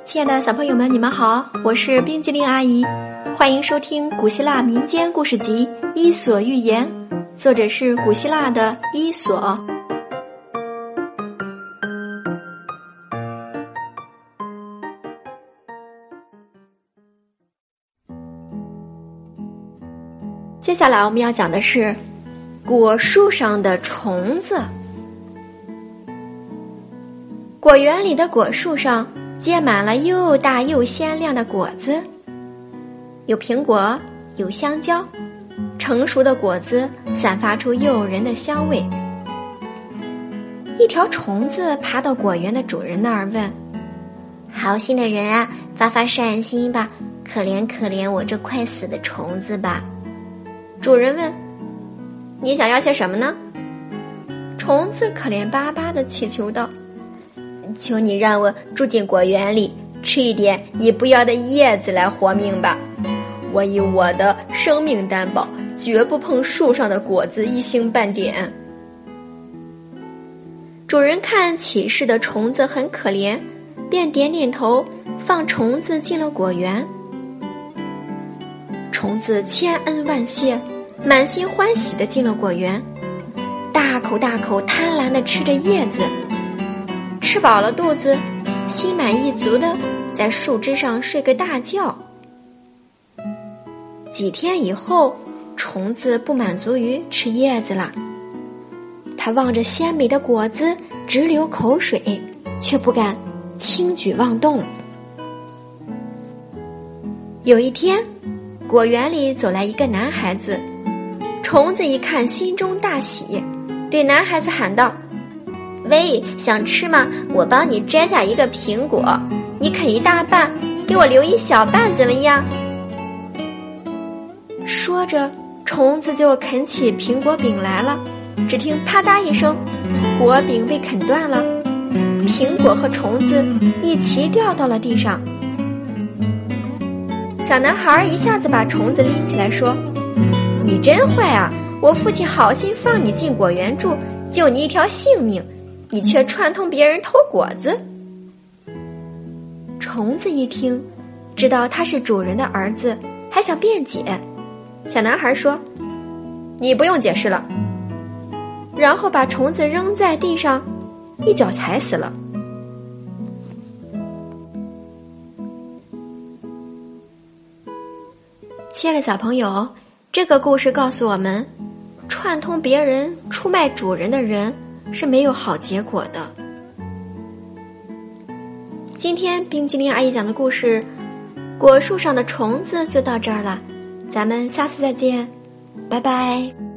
亲爱的小朋友们，你们好，我是冰激凌阿姨，欢迎收听古希腊民间故事集《伊索寓言》，作者是古希腊的伊索。接下来我们要讲的是果树上的虫子。果园里的果树上结满了又大又鲜亮的果子，有苹果，有香蕉，成熟的果子散发出诱人的香味。一条虫子爬到果园的主人那儿问： 好心的人啊，发发善心吧，可怜可怜我这快死的虫子吧。 主人问：你想要些什么呢？虫子可怜巴巴地祈求道：求你让我住进果园里，吃一点你不要的叶子来活命吧。我以我的生命担保，绝不碰树上的果子一星半点。主人看乞食的虫子很可怜，便点点头，放虫子进了果园。虫子千恩万谢，满心欢喜地进了果园，大口大口贪婪地吃着叶子，吃饱了肚子，心满意足地在树枝上睡个大觉。几天以后，虫子不满足于吃叶子了，它望着鲜美的果子直流口水，却不敢轻举妄动。有一天，果园里走来一个男孩子，虫子一看心中大喜，对男孩子喊道：喂，想吃吗？我帮你摘下一个苹果，你啃一大半，给我留一小半，怎么样？说着，虫子就啃起苹果饼来了，只听啪嗒一声，果饼被啃断了，苹果和虫子一起掉到了地上。小男孩一下子把虫子拎起来说：你真坏啊，我父亲好心放你进果园住，救你一条性命，你却串通别人偷果子。虫子一听，知道他是主人的儿子，还想辩解。小男孩说：你不用解释了，然后把虫子扔在地上，一脚踩死了。亲爱的小朋友，这个故事告诉我们，串通别人出卖主人的人是没有好结果的。今天冰激凌阿姨讲的故事果树上的虫子就到这儿了，咱们下次再见，拜拜。